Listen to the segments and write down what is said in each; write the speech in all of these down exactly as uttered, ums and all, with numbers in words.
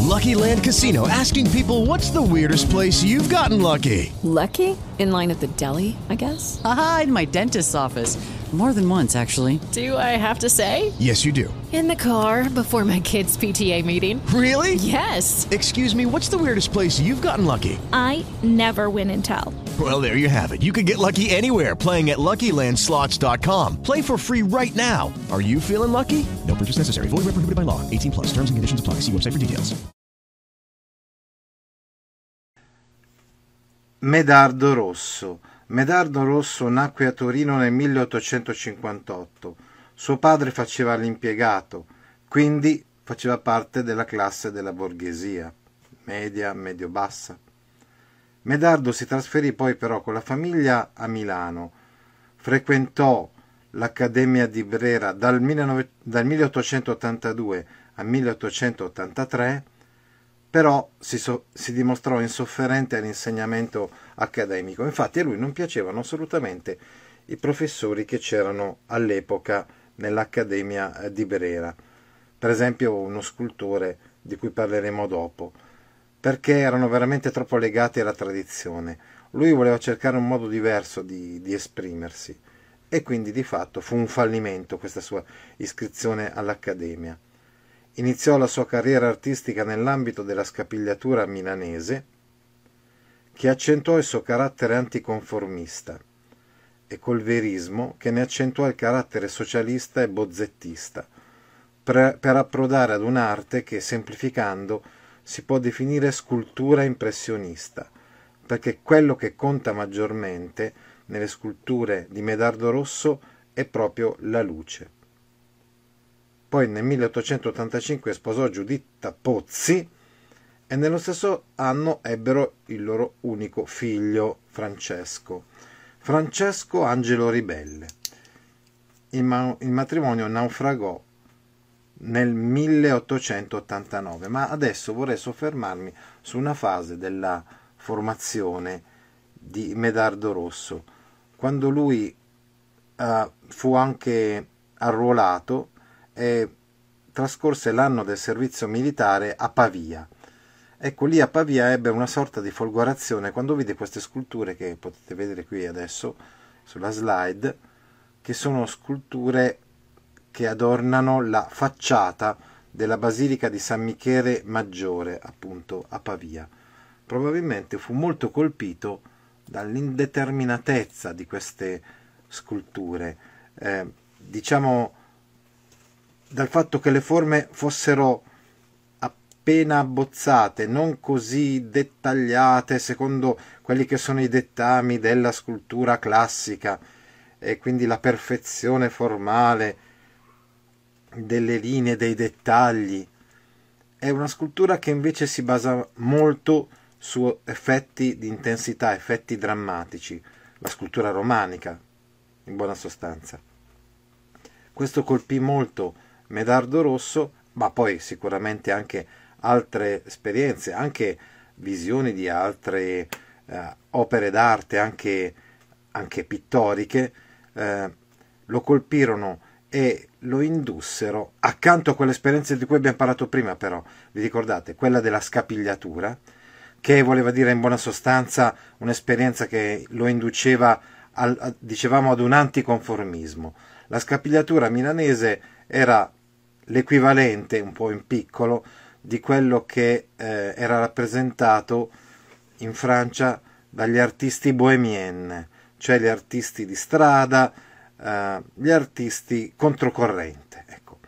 Lucky Land Casino, asking people, what's the weirdest place you've gotten lucky? Lucky? In line at the deli, I guess? Aha, in my dentist's office. More than once, actually. Do I have to say? Yes, you do. In the car before my kids' P T A meeting. Really? Yes. Excuse me, what's the weirdest place you've gotten lucky? I never win and tell. Well, there you have it. You can get lucky anywhere, playing at Lucky Land Slots dot com. Play for free right now. Are you feeling lucky? No purchase necessary. Void where prohibited by law. eighteen plus. Terms and conditions apply. See website for details. Medardo Rosso. Medardo Rosso nacque a Torino nel milleottocentocinquantotto. Suo padre faceva l'impiegato, quindi faceva parte della classe della borghesia, media, medio-bassa. Medardo si trasferì poi però con la famiglia a Milano, frequentò l'Accademia di Brera dal, milleottocentottantadue al milleottocentottantatré, però si, so, si dimostrò insofferente all'insegnamento accademico. Infatti a lui non piacevano assolutamente i professori che c'erano all'epoca nell'Accademia di Brera. Per esempio uno scultore di cui parleremo dopo, perché erano veramente troppo legati alla tradizione. Lui voleva cercare un modo diverso di, di esprimersi e quindi di fatto fu un fallimento questa sua iscrizione all'Accademia. Iniziò la sua carriera artistica nell'ambito della scapigliatura milanese, che accentuò il suo carattere anticonformista, e col verismo, che ne accentuò il carattere socialista e bozzettista, per, per approdare ad un'arte che, semplificando, si può definire scultura impressionista, perché quello che conta maggiormente nelle sculture di Medardo Rosso è proprio la luce. Poi nel milleottocentottantacinque sposò Giuditta Pozzi e nello stesso anno ebbero il loro unico figlio, Francesco. Francesco Angelo Ribelle. Il, ma- il matrimonio naufragò nel milleottocentottantanove, ma adesso vorrei soffermarmi su una fase della formazione di Medardo Rosso, quando lui uh, fu anche arruolato e trascorse l'anno del servizio militare a Pavia. Ecco, lì a Pavia ebbe una sorta di folgorazione quando vide queste sculture che potete vedere qui adesso sulla slide, che sono sculture che adornano la facciata della Basilica di San Michele Maggiore, appunto a Pavia. Probabilmente fu molto colpito dall'indeterminatezza di queste sculture, eh, diciamo dal fatto che le forme fossero appena abbozzate, non così dettagliate secondo quelli che sono i dettami della scultura classica, e quindi la perfezione formale delle linee, dei dettagli. È una scultura che invece si basa molto su effetti di intensità, effetti drammatici, la scultura romanica, in buona sostanza. Questo colpì molto Medardo Rosso, ma poi sicuramente anche altre esperienze, anche visioni di altre eh, opere d'arte, anche, anche pittoriche, eh, lo colpirono e lo indussero, accanto a quelle esperienze di cui abbiamo parlato prima però, vi ricordate, quella della scapigliatura, che voleva dire in buona sostanza un'esperienza che lo induceva, al, a, dicevamo, ad un anticonformismo. La scapigliatura milanese era l'equivalente, un po' in piccolo, di quello che eh, era rappresentato in Francia dagli artisti bohemiens, cioè gli artisti di strada, eh, gli artisti controcorrente. Ecco.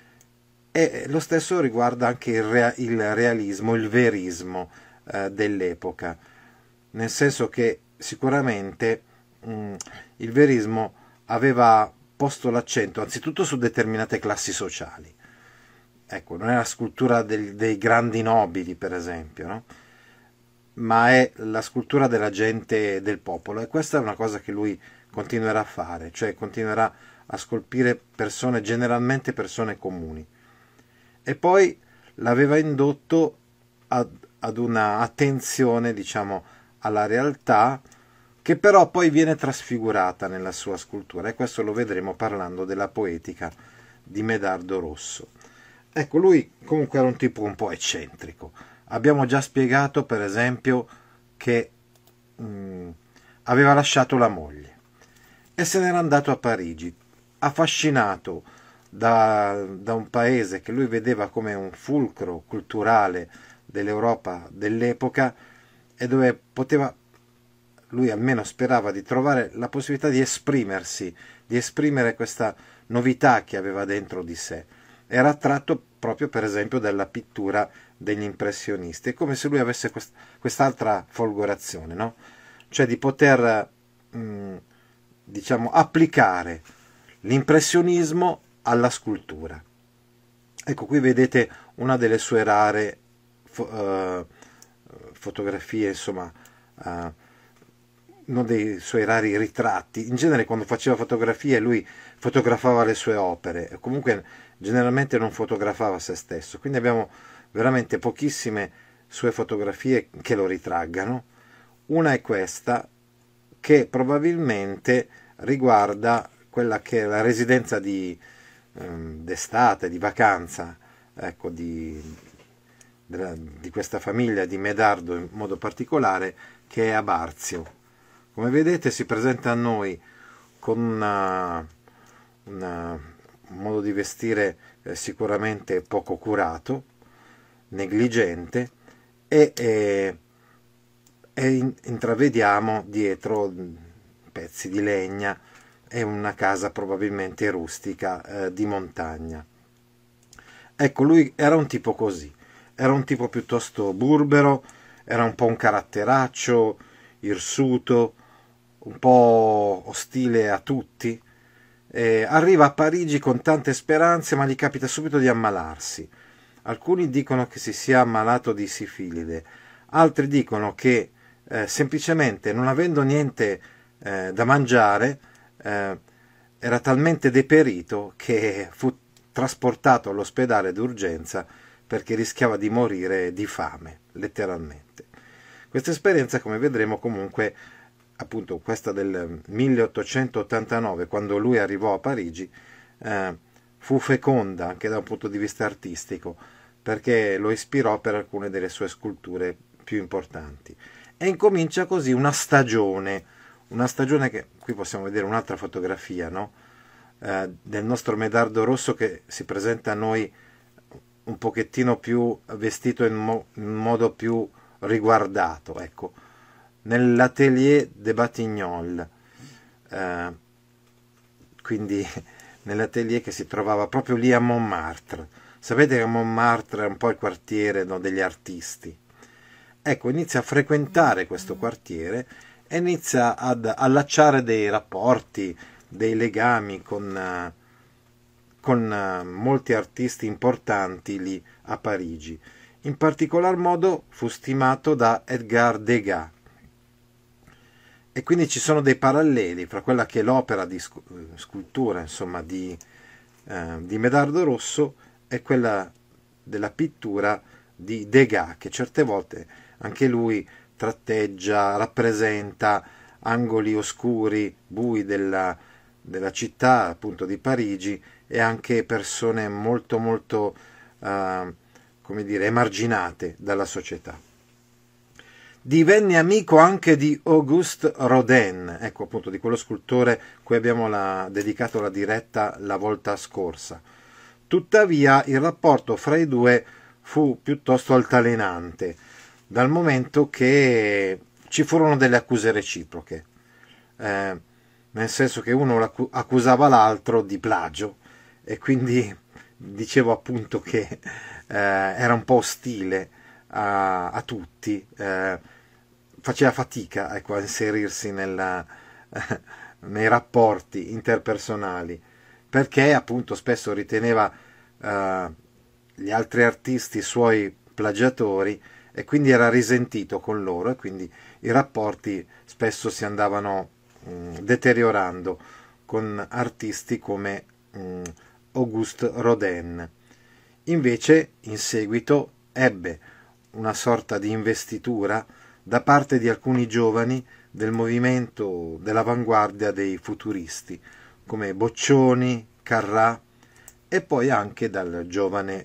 E lo stesso riguarda anche il, rea- il realismo, il verismo eh, dell'epoca, nel senso che sicuramente mh, il verismo aveva posto l'accento anzitutto su determinate classi sociali. Ecco, non è la scultura del, dei grandi nobili, per esempio, no? Ma è la scultura della gente, del popolo, e questa è una cosa che lui continuerà a fare, cioè continuerà a scolpire persone, generalmente persone comuni. E poi l'aveva indotto ad, ad una attenzione, diciamo, alla realtà, che però poi viene trasfigurata nella sua scultura, e questo lo vedremo parlando della poetica di Medardo Rosso. Ecco, lui comunque era un tipo un po' eccentrico. Abbiamo già spiegato, per esempio, che mh, aveva lasciato la moglie e se n'era andato a Parigi, affascinato da, da un paese che lui vedeva come un fulcro culturale dell'Europa dell'epoca e dove poteva, lui almeno sperava di trovare la possibilità di esprimersi, di esprimere questa novità che aveva dentro di sé. Era attratto proprio, per esempio, dalla pittura degli impressionisti. È come se lui avesse quest- quest'altra folgorazione, no? Cioè di poter, mh, diciamo, applicare l'impressionismo alla scultura. Ecco, qui vedete una delle sue rare fo- uh, fotografie, insomma, uh, uno dei suoi rari ritratti. In genere quando faceva fotografie lui fotografava le sue opere, e comunque generalmente non fotografava se stesso, quindi abbiamo veramente pochissime sue fotografie che lo ritraggano. Una è questa, che probabilmente riguarda quella che è la residenza di ehm, d'estate, di vacanza, ecco, di, della, di questa famiglia di Medardo in modo particolare, che è a Barzio. Come vedete si presenta a noi con una, una, un modo di vestire eh, sicuramente poco curato, negligente, e, e, e in, intravediamo dietro pezzi di legna e una casa probabilmente rustica eh, di montagna. Ecco, lui era un tipo così, era un tipo piuttosto burbero, era un po' un caratteraccio, irsuto, un po' ostile a tutti. Eh, arriva a Parigi con tante speranze, ma gli capita subito di ammalarsi. Alcuni dicono che si sia ammalato di sifilide, altri dicono che eh, semplicemente non avendo niente eh, da mangiare eh, era talmente deperito che fu trasportato all'ospedale d'urgenza perché rischiava di morire di fame, letteralmente. Questa esperienza, come vedremo, comunque, appunto questa del milleottocentottantanove, quando lui arrivò a Parigi, eh, fu feconda anche da un punto di vista artistico, perché lo ispirò per alcune delle sue sculture più importanti. E incomincia così una stagione, una stagione che, qui possiamo vedere un'altra fotografia, no? eh, del nostro Medardo Rosso, che si presenta a noi un pochettino più vestito in, mo- in modo più riguardato, ecco, nell'Atelier de Batignolles, eh, quindi nell'atelier che si trovava proprio lì a Montmartre. Sapete che Montmartre è un po' il quartiere, no, degli artisti. Ecco, inizia a frequentare questo quartiere e inizia ad allacciare dei rapporti, dei legami con, con molti artisti importanti lì a Parigi. In particolar modo fu stimato da Edgar Degas. E quindi ci sono dei paralleli fra quella che è l'opera di scultura, insomma, di, eh, di Medardo Rosso e quella della pittura di Degas, che certe volte anche lui tratteggia, rappresenta angoli oscuri, bui della, della città, appunto di Parigi, e anche persone molto molto eh, come dire, emarginate dalla società. Divenne amico anche di Auguste Rodin, ecco, appunto, di quello scultore cui abbiamo la, dedicato la diretta la volta scorsa. Tuttavia il rapporto fra i due fu piuttosto altalenante, dal momento che ci furono delle accuse reciproche, eh, nel senso che uno accusava l'altro di plagio, e quindi dicevo appunto che eh, era un po' ostile a, a tutti, eh, faceva fatica, ecco, a inserirsi nella, eh, nei rapporti interpersonali, perché appunto spesso riteneva eh, gli altri artisti suoi plagiatori e quindi era risentito con loro, e quindi i rapporti spesso si andavano mh, deteriorando con artisti come mh, Auguste Rodin. Invece in seguito ebbe una sorta di investitura da parte di alcuni giovani del movimento dell'avanguardia dei futuristi, come Boccioni, Carrà, e poi anche dal giovane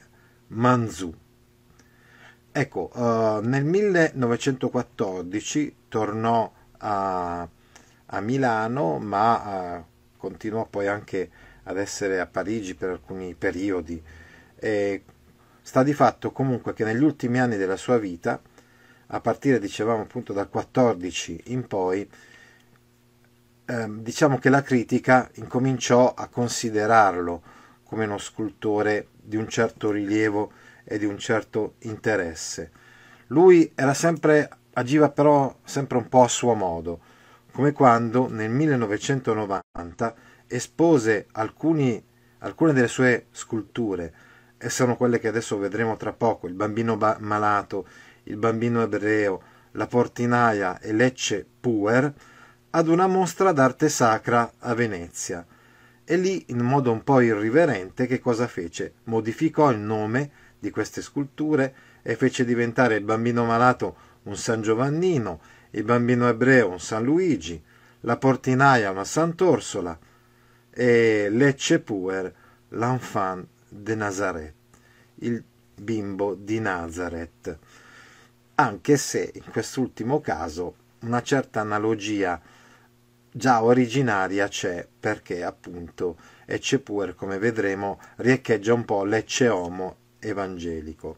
Manzù. Ecco, uh, nel millenovecentoquattordici tornò a, a Milano, ma uh, continuò poi anche ad essere a Parigi per alcuni periodi. E sta di fatto comunque che negli ultimi anni della sua vita, a partire, dicevamo appunto, dal quattordici in poi, eh, diciamo che la critica incominciò a considerarlo come uno scultore di un certo rilievo e di un certo interesse. Lui era sempre, agiva però sempre un po' a suo modo, come quando nel millenovecentonovanta espose alcuni, alcune delle sue sculture, e sono quelle che adesso vedremo tra poco: il bambino ba- malato, il bambino ebreo, la portinaia e Lecce Puer, ad una mostra d'arte sacra a Venezia. E lì, in modo un po' irriverente, che cosa fece? Modificò il nome di queste sculture e fece diventare il bambino malato un San Giovannino, il bambino ebreo un San Luigi, la portinaia una Sant'Orsola e Lecce Puer l'enfant de Nazareth, il bimbo di Nazareth, anche se in quest'ultimo caso una certa analogia già originaria c'è, perché appunto Lecce Puer, come vedremo, riecheggia un po' l'Ecce Homo evangelico.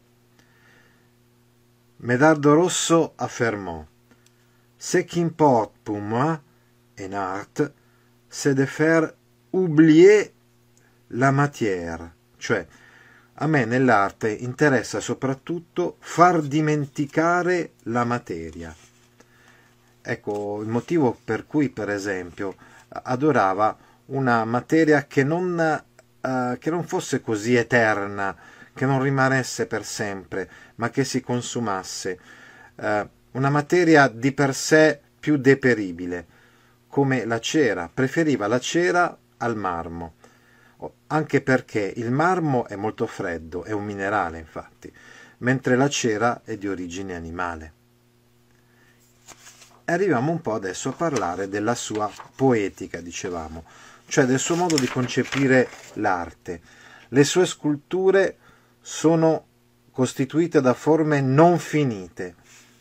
Medardo Rosso affermò: Ce qui importe pour moi en art, c'est de faire oublier la matière, cioè a me nell'arte interessa soprattutto far dimenticare la materia. Ecco il motivo per cui, per esempio, adorava una materia che non, uh, che non fosse così eterna, che non rimanesse per sempre, ma che si consumasse, uh, una materia di per sé più deperibile, come la cera. Preferiva la cera al marmo, anche perché il marmo è molto freddo, è un minerale infatti, mentre la cera è di origine animale. Arriviamo un po' adesso a parlare della sua poetica, dicevamo, cioè del suo modo di concepire l'arte. Le sue sculture sono costituite da forme non finite.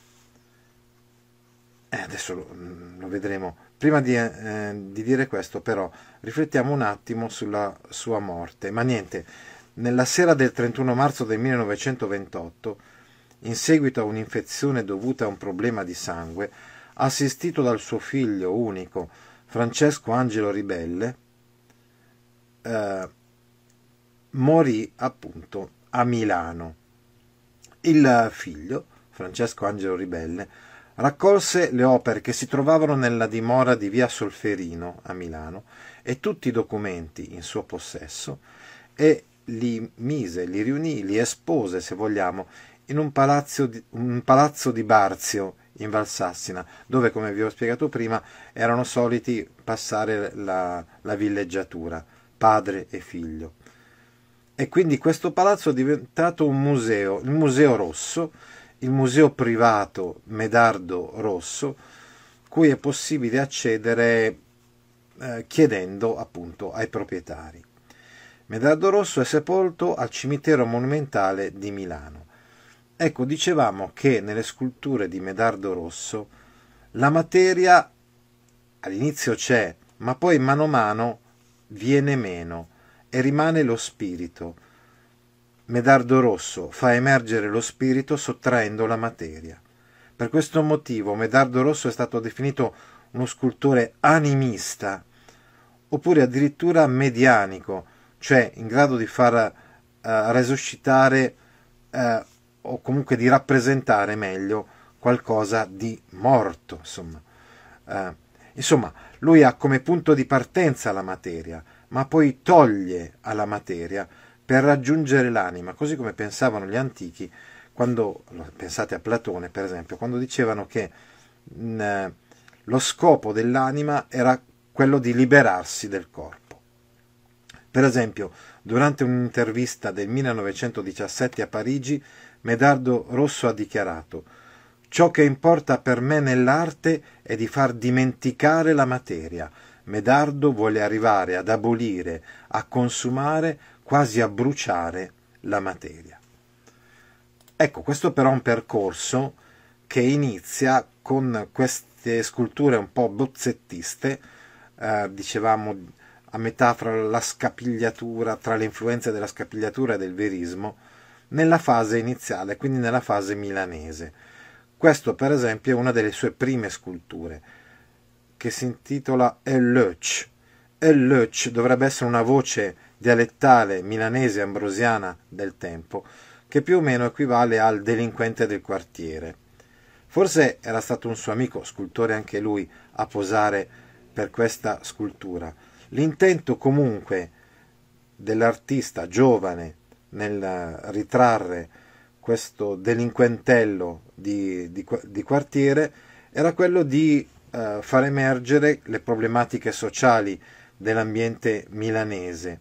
Eh, adesso lo, lo vedremo. Prima di, eh, di dire questo, però, riflettiamo un attimo sulla sua morte. Ma niente, nella sera del trentuno marzo del millenovecentoventotto, in seguito a un'infezione dovuta a un problema di sangue, assistito dal suo figlio unico, Francesco Angelo Ribelle, eh, morì appunto a Milano. Il figlio, Francesco Angelo Ribelle, raccolse le opere che si trovavano nella dimora di via Solferino a Milano e tutti i documenti in suo possesso e li mise, li riunì, li espose, se vogliamo, in un palazzo di, un palazzo di Barzio in Valsassina, dove, come vi ho spiegato prima, erano soliti passare la, la villeggiatura, padre e figlio. E quindi questo palazzo è diventato un museo, il Museo Rosso, il museo privato Medardo Rosso, cui è possibile accedere eh, chiedendo appunto ai proprietari. Medardo Rosso è sepolto al cimitero monumentale di Milano. Ecco, dicevamo che nelle sculture di Medardo Rosso la materia all'inizio c'è, ma poi mano a mano viene meno e rimane lo spirito. Medardo Rosso fa emergere lo spirito sottraendo la materia. Per questo motivo Medardo Rosso è stato definito uno scultore animista, oppure addirittura medianico, cioè in grado di far uh, resuscitare uh, o comunque di rappresentare meglio qualcosa di morto. Insomma. Uh, insomma, lui ha come punto di partenza la materia, ma poi toglie alla materia per raggiungere l'anima, così come pensavano gli antichi, quando, pensate a Platone per esempio, quando dicevano che mh, lo scopo dell'anima era quello di liberarsi del corpo. Per esempio, durante un'intervista del millenovecentodiciassette a Parigi, Medardo Rosso ha dichiarato: «Ciò che importa per me nell'arte è di far dimenticare la materia. Medardo vuole arrivare ad abolire, a consumare, quasi a bruciare la materia». Ecco, questo però è un percorso che inizia con queste sculture un po' bozzettiste, eh, dicevamo a metà fra la scapigliatura, tra le influenze della scapigliatura e del verismo, nella fase iniziale, quindi nella fase milanese. Questo per esempio è una delle sue prime sculture, che si intitola Ellöch. Ellöch dovrebbe essere una voce dialettale milanese ambrosiana del tempo, che più o meno equivale al delinquente del quartiere. Forse era stato un suo amico, scultore anche lui, a posare per questa scultura. L'intento comunque dell'artista giovane nel ritrarre questo delinquentello di, di, di quartiere era quello di eh, far emergere le problematiche sociali dell'ambiente milanese.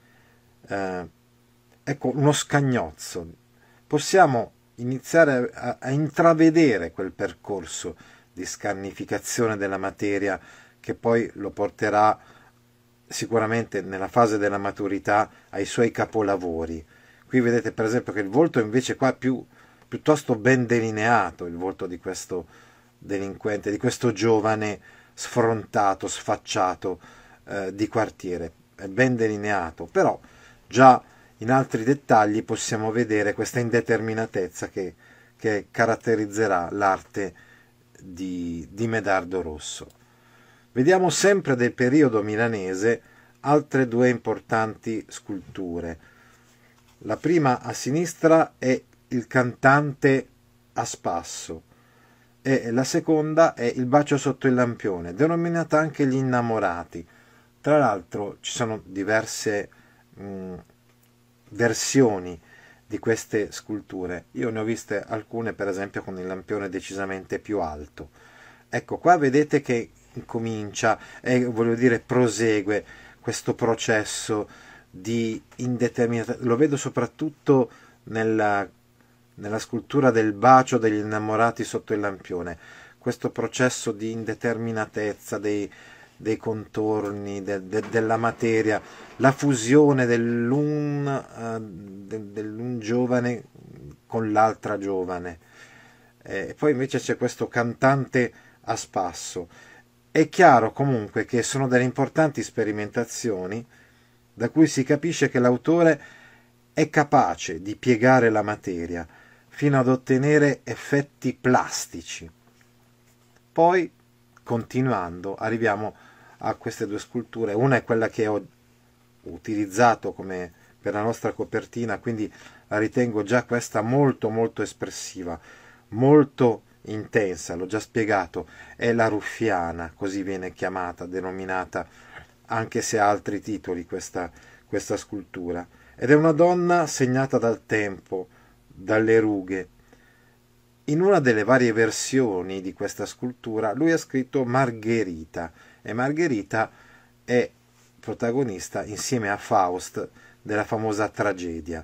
Eh, ecco, uno scagnozzo. Possiamo iniziare a, a intravedere quel percorso di scarnificazione della materia che poi lo porterà sicuramente nella fase della maturità ai suoi capolavori. Qui vedete per esempio che il volto invece qua è più, piuttosto ben delineato, il volto di questo delinquente, di questo giovane sfrontato, sfacciato eh, di quartiere. È ben delineato, però già in altri dettagli possiamo vedere questa indeterminatezza che, che caratterizzerà l'arte di, di Medardo Rosso. Vediamo sempre del periodo milanese altre due importanti sculture. La prima a sinistra è il cantante a spasso e la seconda è il bacio sotto il lampione, denominata anche gli innamorati. Tra l'altro ci sono diverse mh, versioni di queste sculture. Io ne ho viste alcune per esempio con il lampione decisamente più alto. Ecco, qua vedete che incomincia e voglio dire prosegue questo processo di indeterminata. Lo vedo soprattutto nella, nella scultura del bacio degli innamorati sotto il lampione, questo processo di indeterminatezza dei, dei contorni de, de, della materia, la fusione dell'un, uh, de, dell'un giovane con l'altra giovane. E poi invece c'è questo cantante a spasso. È chiaro comunque che sono delle importanti sperimentazioni da cui si capisce che l'autore è capace di piegare la materia fino ad ottenere effetti plastici. Poi, continuando, arriviamo a queste due sculture. Una è quella che ho utilizzato come per la nostra copertina, quindi la ritengo già questa molto molto espressiva, molto intensa, l'ho già spiegato, è la Ruffiana, così viene chiamata, denominata, anche se ha altri titoli questa, questa scultura, ed è una donna segnata dal tempo, dalle rughe. In una delle varie versioni di questa scultura lui ha scritto Margherita, e Margherita è protagonista insieme a Faust della famosa tragedia,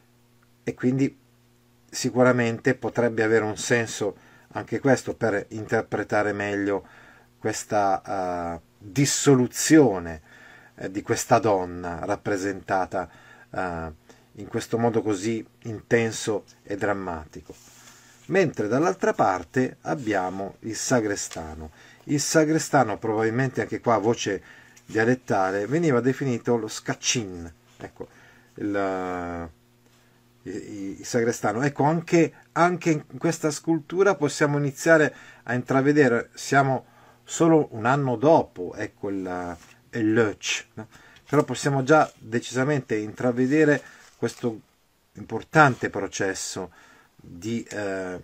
e quindi sicuramente potrebbe avere un senso anche questo per interpretare meglio questa uh, dissoluzione eh, di questa donna rappresentata uh, in questo modo così intenso e drammatico. Mentre dall'altra parte abbiamo il sagrestano. Il sagrestano, probabilmente anche qua voce dialettale, veniva definito lo scaccin, ecco, il, il sagrestano. Ecco, anche, anche in questa scultura possiamo iniziare a intravedere, siamo solo un anno dopo, ecco il, il Löch, no? Però possiamo già decisamente intravedere questo importante processo di, eh,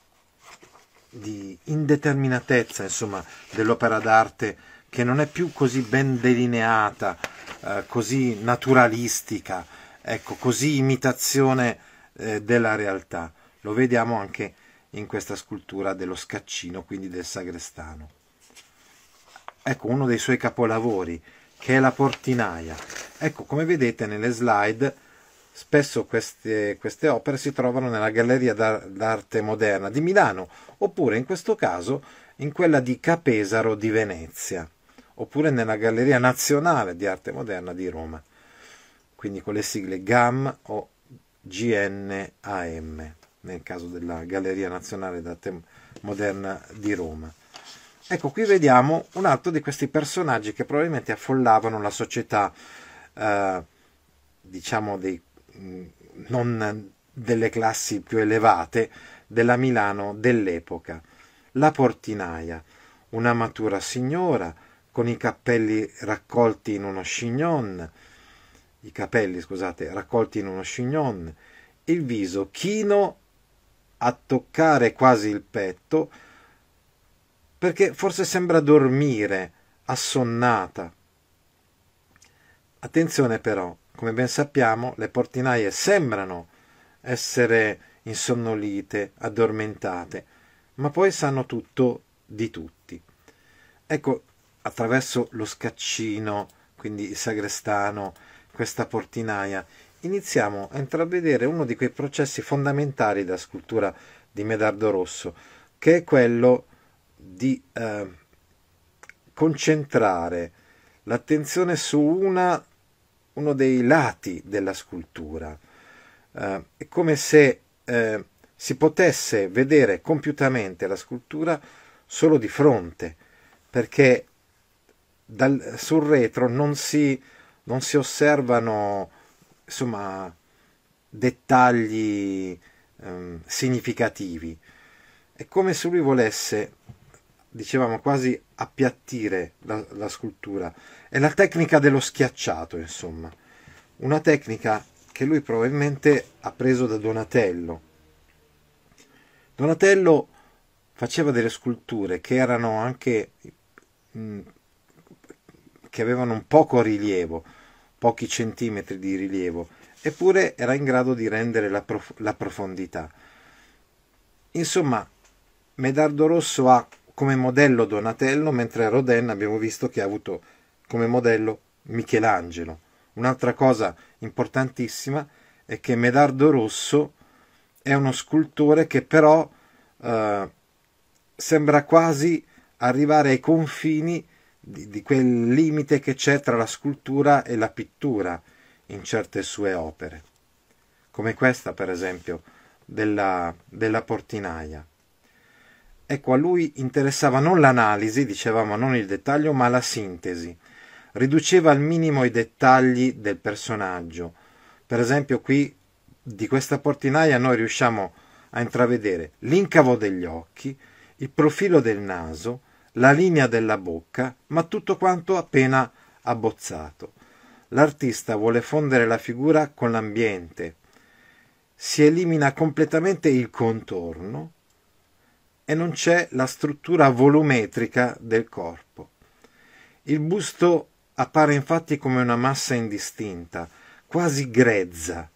di indeterminatezza, insomma, dell'opera d'arte, che non è più così ben delineata, eh, così naturalistica, ecco, così imitazione eh, della realtà. Lo vediamo anche in questa scultura dello scaccino, quindi del sagrestano. Ecco uno dei suoi capolavori, che è la portinaia. Ecco, come vedete nelle slide, spesso queste, queste opere si trovano nella Galleria d'Arte Moderna di Milano, oppure in questo caso in quella di Capesaro di Venezia, oppure nella Galleria Nazionale di Arte Moderna di Roma, quindi con le sigle G A M o G N A M. nel caso della Galleria Nazionale d'Arte Moderna di Roma. Ecco, qui vediamo un altro di questi personaggi che probabilmente affollavano la società, eh, diciamo, dei, non delle classi più elevate della Milano dell'epoca. La portinaia, una matura signora con i capelli raccolti in uno chignon, i capelli, scusate, raccolti in uno chignon, il viso chino a toccare quasi il petto, perché forse sembra dormire, assonnata. Attenzione però, come ben sappiamo, le portinaie sembrano essere insonnolite, addormentate, ma poi sanno tutto di tutti. Ecco, attraverso lo scaccino, quindi il sagrestano, questa portinaia, iniziamo a intravedere uno di quei processi fondamentali della scultura di Medardo Rosso, che è quello di eh, concentrare l'attenzione su una, uno dei lati della scultura. Eh, è come se eh, si potesse vedere compiutamente la scultura solo di fronte, perché dal, sul retro non si, non si osservano, insomma, dettagli eh, significativi. È come se lui volesse, dicevamo, quasi appiattire la, la scultura. È la tecnica dello schiacciato, insomma, una tecnica che lui probabilmente ha preso da Donatello. Donatello faceva delle sculture che erano anche mh, che avevano un poco rilievo, pochi centimetri di rilievo, eppure era in grado di rendere la, prof- la profondità. Insomma, Medardo Rosso ha come modello Donatello, mentre Rodin abbiamo visto che ha avuto come modello Michelangelo. Un'altra cosa importantissima è che Medardo Rosso è uno scultore che però eh, sembra quasi arrivare ai confini di, di quel limite che c'è tra la scultura e la pittura in certe sue opere, come questa per esempio della, della portinaia. Ecco, a lui interessava non l'analisi, dicevamo, non il dettaglio, ma la sintesi. Riduceva al minimo i dettagli del personaggio. Per esempio qui di questa portinaia noi riusciamo a intravedere l'incavo degli occhi, il profilo del naso, la linea della bocca, ma tutto quanto appena abbozzato. L'artista vuole fondere la figura con l'ambiente, si elimina completamente il contorno e non c'è la struttura volumetrica del corpo. Il busto appare infatti come una massa indistinta, quasi grezza.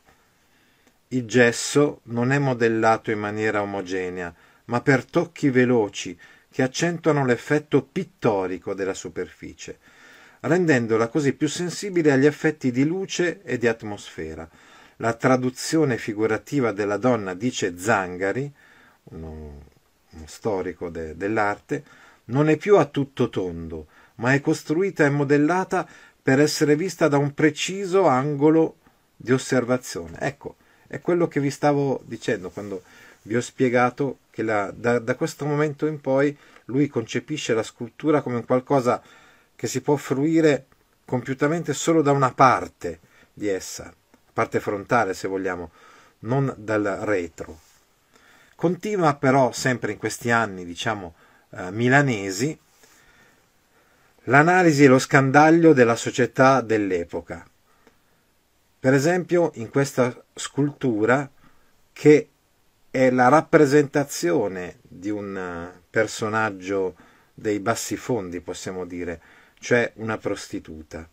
Il gesso non è modellato in maniera omogenea, ma per tocchi veloci che accentuano l'effetto pittorico della superficie, rendendola così più sensibile agli effetti di luce e di atmosfera. La traduzione figurativa della donna, dice Zangari, uno, uno storico de, dell'arte, non è più a tutto tondo, ma è costruita e modellata per essere vista da un preciso angolo di osservazione. Ecco, è quello che vi stavo dicendo quando vi ho spiegato che la, da, da questo momento in poi lui concepisce la scultura come un qualcosa che si può fruire compiutamente solo da una parte di essa, parte frontale se vogliamo, non dal retro. Continua però sempre in questi anni, diciamo, eh, milanesi, l'analisi e lo scandaglio della società dell'epoca. Per esempio in questa scultura che è la rappresentazione di un personaggio dei bassifondi, possiamo dire, cioè una prostituta.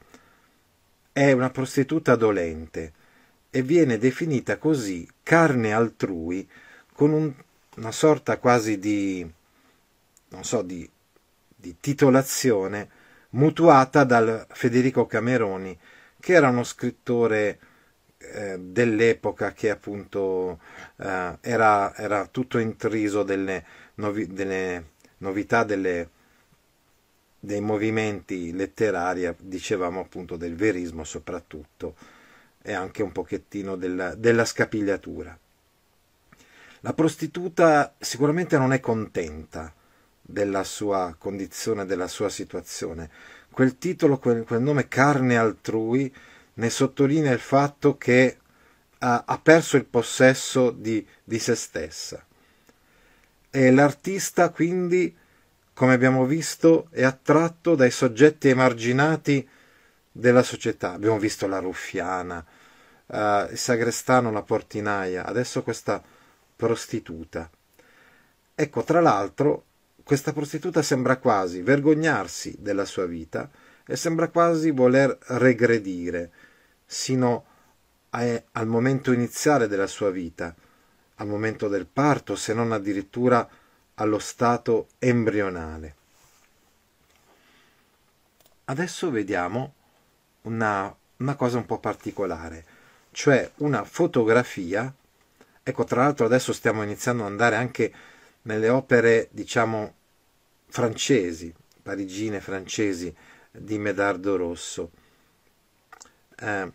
È una prostituta dolente e viene definita così carne altrui, con un, una sorta quasi di, non so, di, di titolazione mutuata dal Federico Cameroni, che era uno scrittore eh, dell'epoca che appunto eh, era, era tutto intriso delle, novi, delle novità, delle, dei movimenti letterari, dicevamo appunto del verismo soprattutto, e anche un pochettino della, della scapigliatura. La prostituta sicuramente non è contenta della sua condizione, della sua situazione. Quel titolo, quel, quel nome Carne altrui, ne sottolinea il fatto che ha, ha perso il possesso di, di se stessa. E l'artista quindi, come abbiamo visto, è attratto dai soggetti emarginati della società. Abbiamo visto la ruffiana, uh, il sagrestano, la portinaia, adesso questa prostituta. Ecco, tra l'altro, questa prostituta sembra quasi vergognarsi della sua vita e sembra quasi voler regredire sino a, al momento iniziale della sua vita, al momento del parto, se non addirittura allo stato embrionale. Adesso vediamo una, una cosa un po' particolare, cioè una fotografia. Ecco, tra l'altro adesso stiamo iniziando ad andare anche nelle opere, diciamo, francesi, parigine francesi di Medardo Rosso. Eh,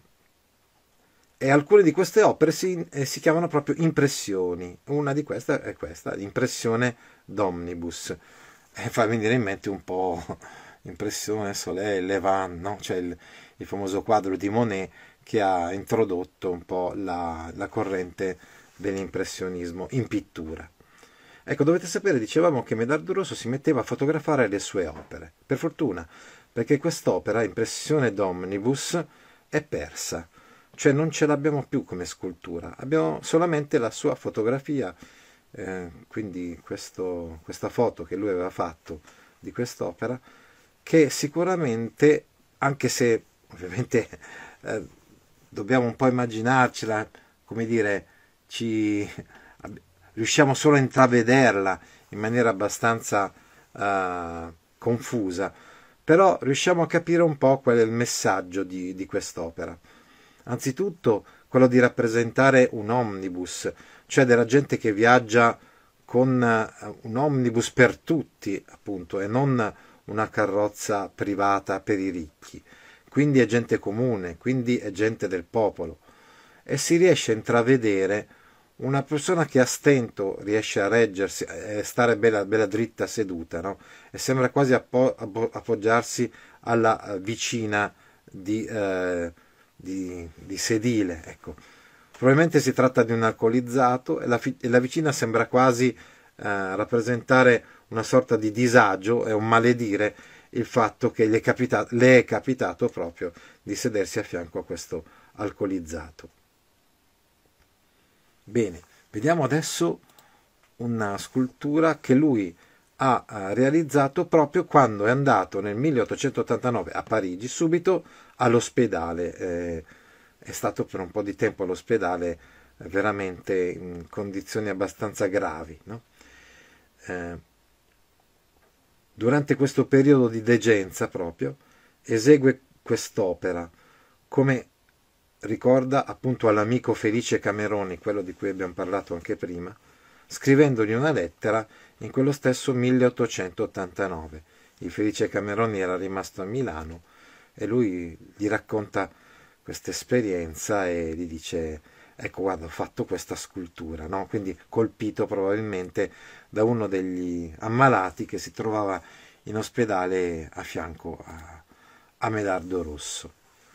e alcune di queste opere si, eh, si chiamano proprio impressioni. Una di queste è questa, l'impressione d'omnibus. E fa venire in mente un po' impressione Soleil Levant, no? Cioè il, il famoso quadro di Monet che ha introdotto un po' la, la corrente dell'impressionismo in pittura. Ecco, dovete sapere, dicevamo che Medardo Rosso si metteva a fotografare le sue opere. Per fortuna, perché quest'opera, Impressione d'Omnibus, è persa. Cioè non ce l'abbiamo più come scultura, abbiamo solamente la sua fotografia, eh, quindi questo, questa foto che lui aveva fatto di quest'opera, che sicuramente, anche se ovviamente eh, dobbiamo un po' immaginarcela, come dire, ci riusciamo solo a intravederla in maniera abbastanza uh, confusa, però riusciamo a capire un po' qual è il messaggio di, di quest'opera. Anzitutto quello di rappresentare un omnibus, cioè della gente che viaggia con un omnibus per tutti, appunto, e non una carrozza privata per i ricchi. Quindi è gente comune, quindi è gente del popolo. E si riesce a intravedere una persona che a stento riesce a reggersi, a stare bella, bella dritta seduta, no? E sembra quasi appo- appoggiarsi alla vicina di... Eh, Di, di sedile, ecco. Probabilmente si tratta di un alcolizzato e la, e la vicina sembra quasi eh, rappresentare una sorta di disagio e un maledire il fatto che le è, capitato, le è capitato proprio di sedersi a fianco a questo alcolizzato. Bene, vediamo adesso una scultura che lui ha realizzato proprio quando è andato nel milleottocentottantanove a Parigi, subito all'ospedale. Eh, è stato per un po' di tempo all'ospedale, eh, veramente in condizioni abbastanza gravi, no? Eh, durante questo periodo di degenza proprio esegue quest'opera, come ricorda appunto all'amico Felice Cameroni, quello di cui abbiamo parlato anche prima, scrivendogli una lettera in quello stesso milleottocentottantanove. Il Felice Cameroni era rimasto a Milano e lui gli racconta questa esperienza e gli dice: ecco, guarda, ho fatto questa scultura, no? Quindi colpito probabilmente da uno degli ammalati che si trovava in ospedale a fianco a, a Medardo Rosso.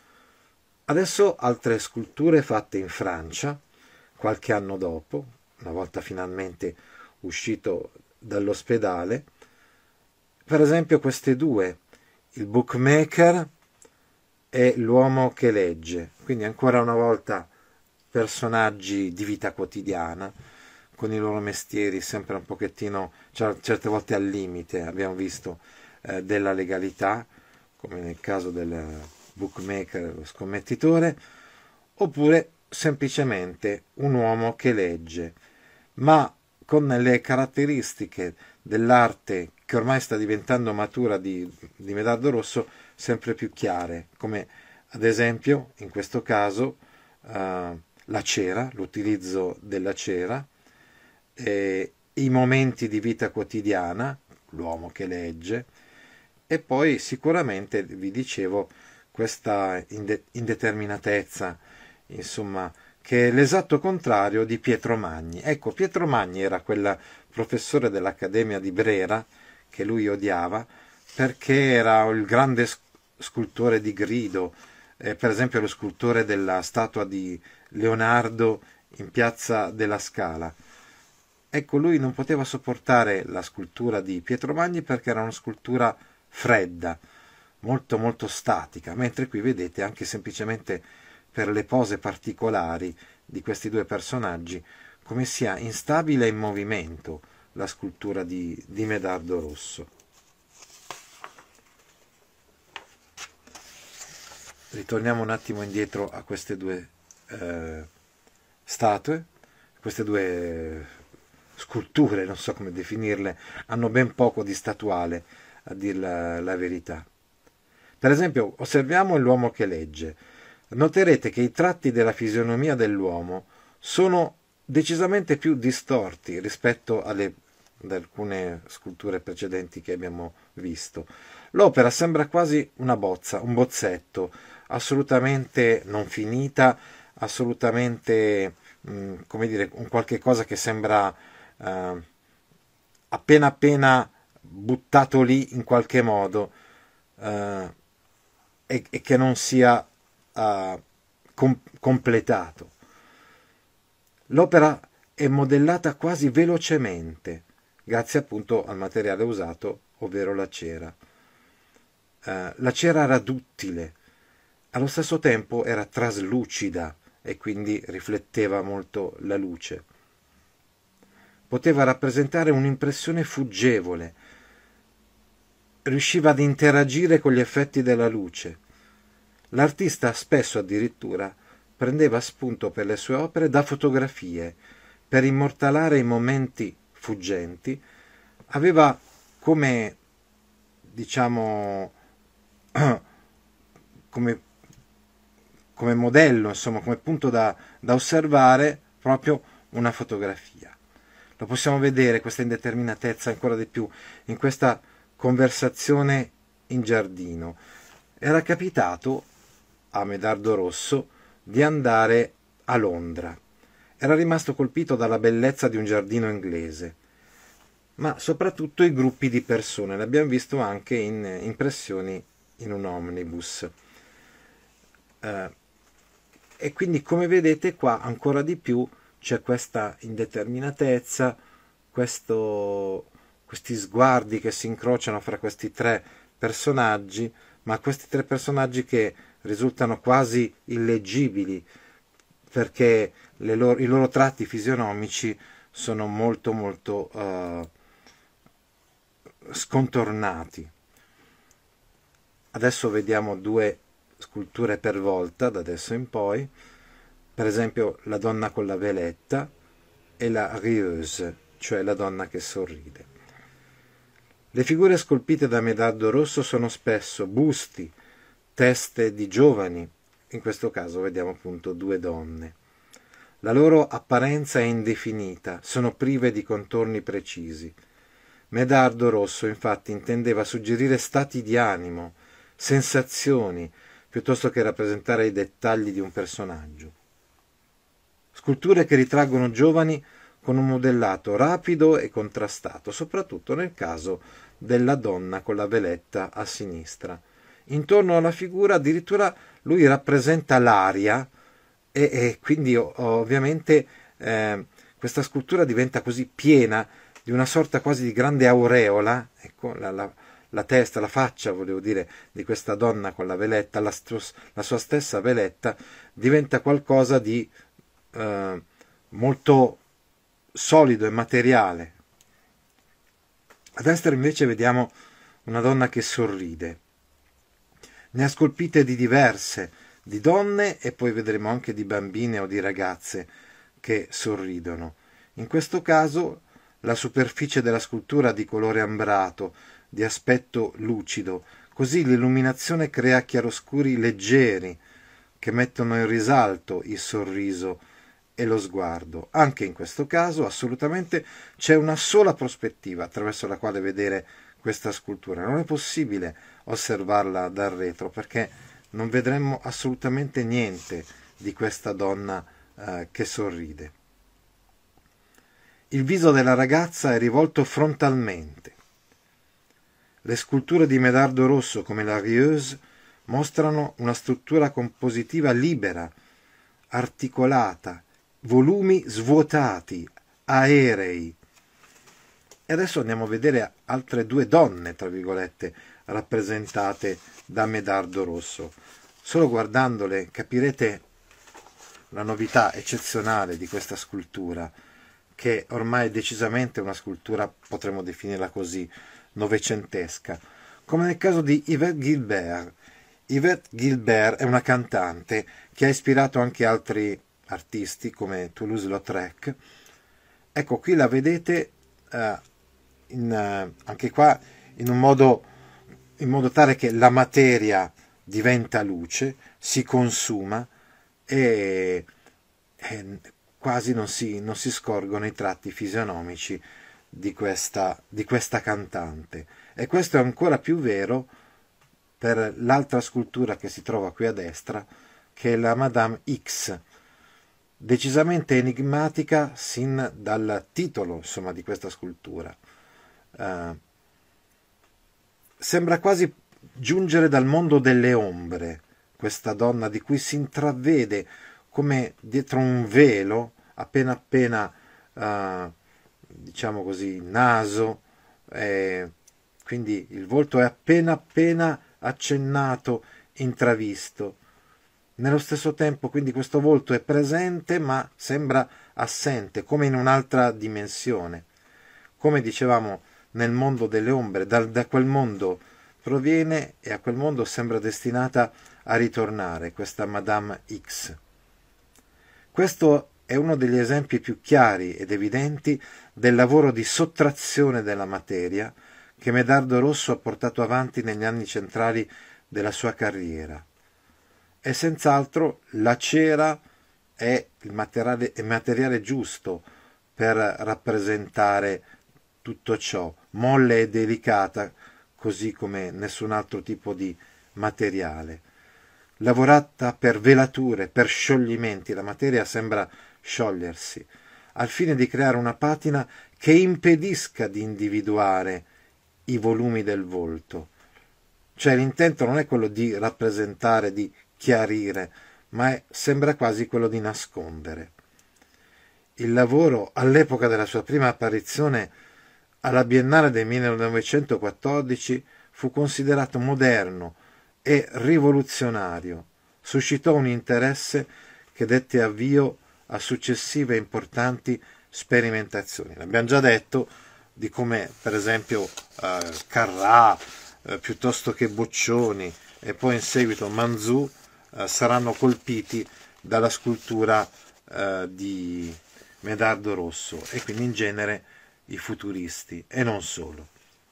Adesso altre sculture fatte in Francia, qualche anno dopo, una volta finalmente uscito dall'ospedale. Per esempio queste due, il bookmaker e l'uomo che legge, quindi ancora una volta personaggi di vita quotidiana, con i loro mestieri sempre un pochettino, certe volte al limite, abbiamo visto, eh, della legalità, come nel caso del bookmaker, lo scommettitore, oppure semplicemente un uomo che legge, ma con le caratteristiche dell'arte che ormai sta diventando matura di, di Medardo Rosso sempre più chiare, come ad esempio in questo caso uh, la cera, l'utilizzo della cera, eh, i momenti di vita quotidiana, l'uomo che legge, e poi sicuramente, vi dicevo, questa inde- indeterminatezza, insomma, che è l'esatto contrario di Pietro Magni. Ecco, Pietro Magni era quel professore dell'Accademia di Brera che lui odiava perché era il grande scultore di grido, eh, per esempio lo scultore della statua di Leonardo in Piazza della Scala. Ecco, lui non poteva sopportare la scultura di Pietro Magni perché era una scultura fredda, molto molto statica, mentre qui vedete anche semplicemente per le pose particolari di questi due personaggi come sia instabile e in movimento la scultura di, di Medardo Rosso. Ritorniamo un attimo indietro a queste due eh, statue, queste due sculture, non so come definirle, hanno ben poco di statuale, a dir la, la verità. Per esempio, osserviamo l'uomo che legge. Noterete che i tratti della fisionomia dell'uomo sono decisamente più distorti rispetto alle, ad alcune sculture precedenti che abbiamo visto. L'opera sembra quasi una bozza, un bozzetto, assolutamente non finita, assolutamente, mh, come dire, un qualche cosa che sembra uh, appena appena buttato lì in qualche modo uh, e, e che non sia uh, com- completato. L'opera è modellata quasi velocemente, grazie appunto al materiale usato, ovvero la cera. Uh, la cera era duttile, allo stesso tempo era traslucida e quindi rifletteva molto la luce. Poteva rappresentare un'impressione fuggevole, riusciva ad interagire con gli effetti della luce. L'artista spesso addirittura prendeva spunto per le sue opere da fotografie, per immortalare i momenti fuggenti. Aveva come, diciamo, come, come modello, insomma, come punto da, da osservare proprio una fotografia. Lo possiamo vedere, questa indeterminatezza ancora di più, in questa conversazione in giardino. Era capitato a Medardo Rosso di andare a Londra. Era rimasto colpito dalla bellezza di un giardino inglese, ma soprattutto i gruppi di persone. L'abbiamo visto anche in impressioni in un omnibus. Eh, e quindi, come vedete qua, ancora di più c'è questa indeterminatezza, questo, questi sguardi che si incrociano fra questi tre personaggi, ma questi tre personaggi che risultano quasi illeggibili perché le loro, i loro tratti fisionomici sono molto molto uh, scontornati. Adesso vediamo due sculture per volta, da adesso in poi, per esempio la donna con la veletta e la rieuse, cioè la donna che sorride. Le figure scolpite da Medardo Rosso sono spesso busti, teste di giovani, in questo caso vediamo appunto due donne. La loro apparenza è indefinita, sono prive di contorni precisi. Medardo Rosso infatti intendeva suggerire stati di animo, sensazioni, piuttosto che rappresentare i dettagli di un personaggio. Sculture che ritraggono giovani con un modellato rapido e contrastato, soprattutto nel caso della donna con la veletta a sinistra. Intorno alla figura addirittura lui rappresenta l'aria e, e quindi ovviamente eh, questa scultura diventa così piena di una sorta quasi di grande aureola, ecco, la, la, la testa, la faccia, volevo dire, di questa donna con la veletta, la, la sua stessa veletta, diventa qualcosa di eh, molto solido e materiale. A destra invece vediamo una donna che sorride. Ne ha scolpite di diverse, di donne e poi vedremo anche di bambine o di ragazze che sorridono. In questo caso la superficie della scultura di colore ambrato, di aspetto lucido, così l'illuminazione crea chiaroscuri leggeri che mettono in risalto il sorriso e lo sguardo. Anche in questo caso assolutamente c'è una sola prospettiva attraverso la quale vedere questa scultura. Non è possibile osservarla dal retro perché non vedremmo assolutamente niente di questa donna eh, che sorride. Il viso della ragazza è rivolto frontalmente. Le sculture di Medardo Rosso, come la Rieuse, mostrano una struttura compositiva libera, articolata, volumi svuotati, aerei. E adesso andiamo a vedere altre due donne, tra virgolette, rappresentate da Medardo Rosso. Solo guardandole capirete la novità eccezionale di questa scultura, che ormai è decisamente una scultura, potremmo definirla così, novecentesca, come nel caso di Yvette Guilbert. Yvette Guilbert è una cantante che ha ispirato anche altri artisti come Toulouse-Lautrec. Ecco, qui la vedete uh, in, uh, anche qua in un modo, in modo tale che la materia diventa luce, si consuma e, e quasi non si, non si scorgono i tratti fisionomici di questa, di questa cantante. E questo è ancora più vero per l'altra scultura che si trova qui a destra, che è la Madame X, decisamente enigmatica sin dal titolo, insomma, di questa scultura. Uh, sembra quasi giungere dal mondo delle ombre questa donna, di cui si intravede come dietro un velo appena appena uh, diciamo così naso, eh, quindi il volto è appena appena accennato, intravisto. Nello stesso tempo quindi questo volto è presente ma sembra assente, come in un'altra dimensione. Come dicevamo, nel mondo delle ombre, da, da quel mondo proviene e a quel mondo sembra destinata a ritornare questa Madame X. Questo è uno degli esempi più chiari ed evidenti del lavoro di sottrazione della materia che Medardo Rosso ha portato avanti negli anni centrali della sua carriera. E senz'altro la cera è il materiale, il materiale giusto per rappresentare tutto ciò, molle e delicata, così come nessun altro tipo di materiale. Lavorata per velature, per scioglimenti, la materia sembra sciogliersi, al fine di creare una patina che impedisca di individuare i volumi del volto. Cioè l'intento non è quello di rappresentare, di chiarire, ma è, sembra quasi quello di nascondere. Il lavoro, all'epoca della sua prima apparizione alla Biennale del millenovecentoquattordici, fu considerato moderno e rivoluzionario, suscitò un interesse che dette avvio a successive importanti sperimentazioni. Abbiamo già detto di come, per esempio, eh, Carrà, eh, piuttosto che Boccioni e poi in seguito Manzù eh, saranno colpiti dalla scultura eh, di Medardo Rosso, e quindi in genere i futuristi e non solo.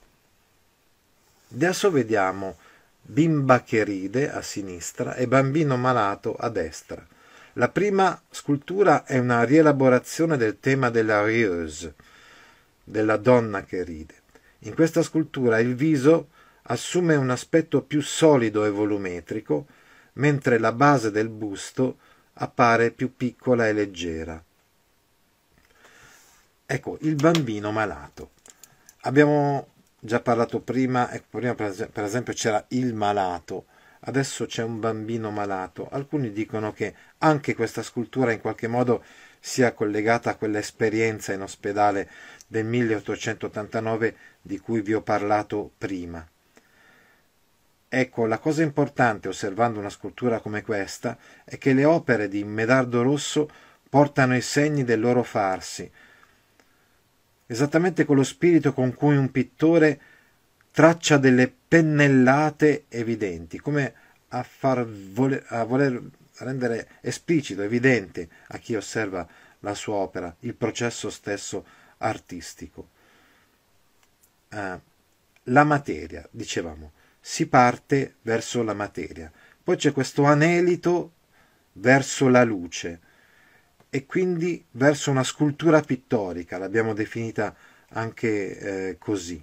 Adesso vediamo Bimba che ride a sinistra e Bambino malato a destra. La prima scultura è una rielaborazione del tema della rieuse, della donna che ride. In questa scultura il viso assume un aspetto più solido e volumetrico, mentre la base del busto appare più piccola e leggera. Ecco, il bambino malato. Abbiamo già parlato prima, ecco, prima per esempio c'era il malato, adesso c'è un bambino malato. Alcuni dicono che anche questa scultura in qualche modo sia collegata a quell'esperienza in ospedale del milleottocentottantanove di cui vi ho parlato prima. Ecco, la cosa importante osservando una scultura come questa è che le opere di Medardo Rosso portano i segni del loro farsi, esattamente con lo spirito con cui un pittore traccia delle pennellate evidenti, come a, far voler, a voler rendere esplicito, evidente a chi osserva la sua opera, il processo stesso artistico. Uh, la materia, dicevamo, si parte verso la materia, poi c'è questo anelito verso la luce, e quindi verso una scultura pittorica, l'abbiamo definita anche eh, così.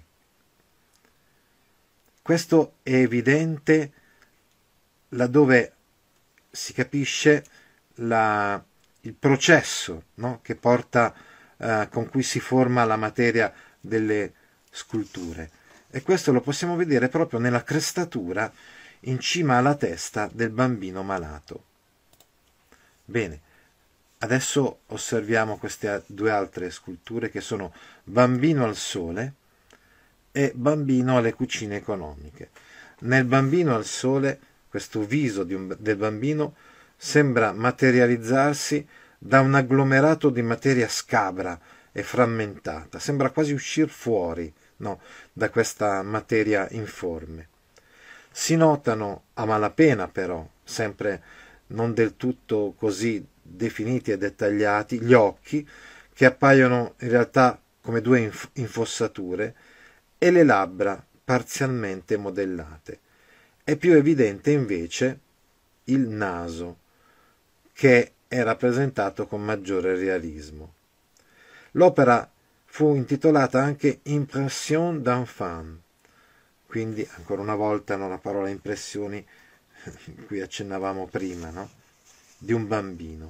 Questo è evidente laddove si capisce la, il processo, no? Che porta, eh, con cui si forma la materia delle sculture. E questo lo possiamo vedere proprio nella crestatura in cima alla testa del bambino malato. Bene, adesso osserviamo queste due altre sculture che sono Bambino al sole e Bambino alle cucine economiche. Nel Bambino al sole, questo viso di un, del bambino sembra materializzarsi da un agglomerato di materia scabra e frammentata, sembra quasi uscire fuori, no, da questa materia informe. Si notano a malapena però, sempre non del tutto così definiti e dettagliati, gli occhi, che appaiono in realtà come due inf- infossature, e le labbra parzialmente modellate. È più evidente invece il naso, che è rappresentato con maggiore realismo. L'opera fu intitolata anche Impression d'enfant, quindi ancora una volta no, la parola impressioni cui accennavamo prima, no? Di un bambino.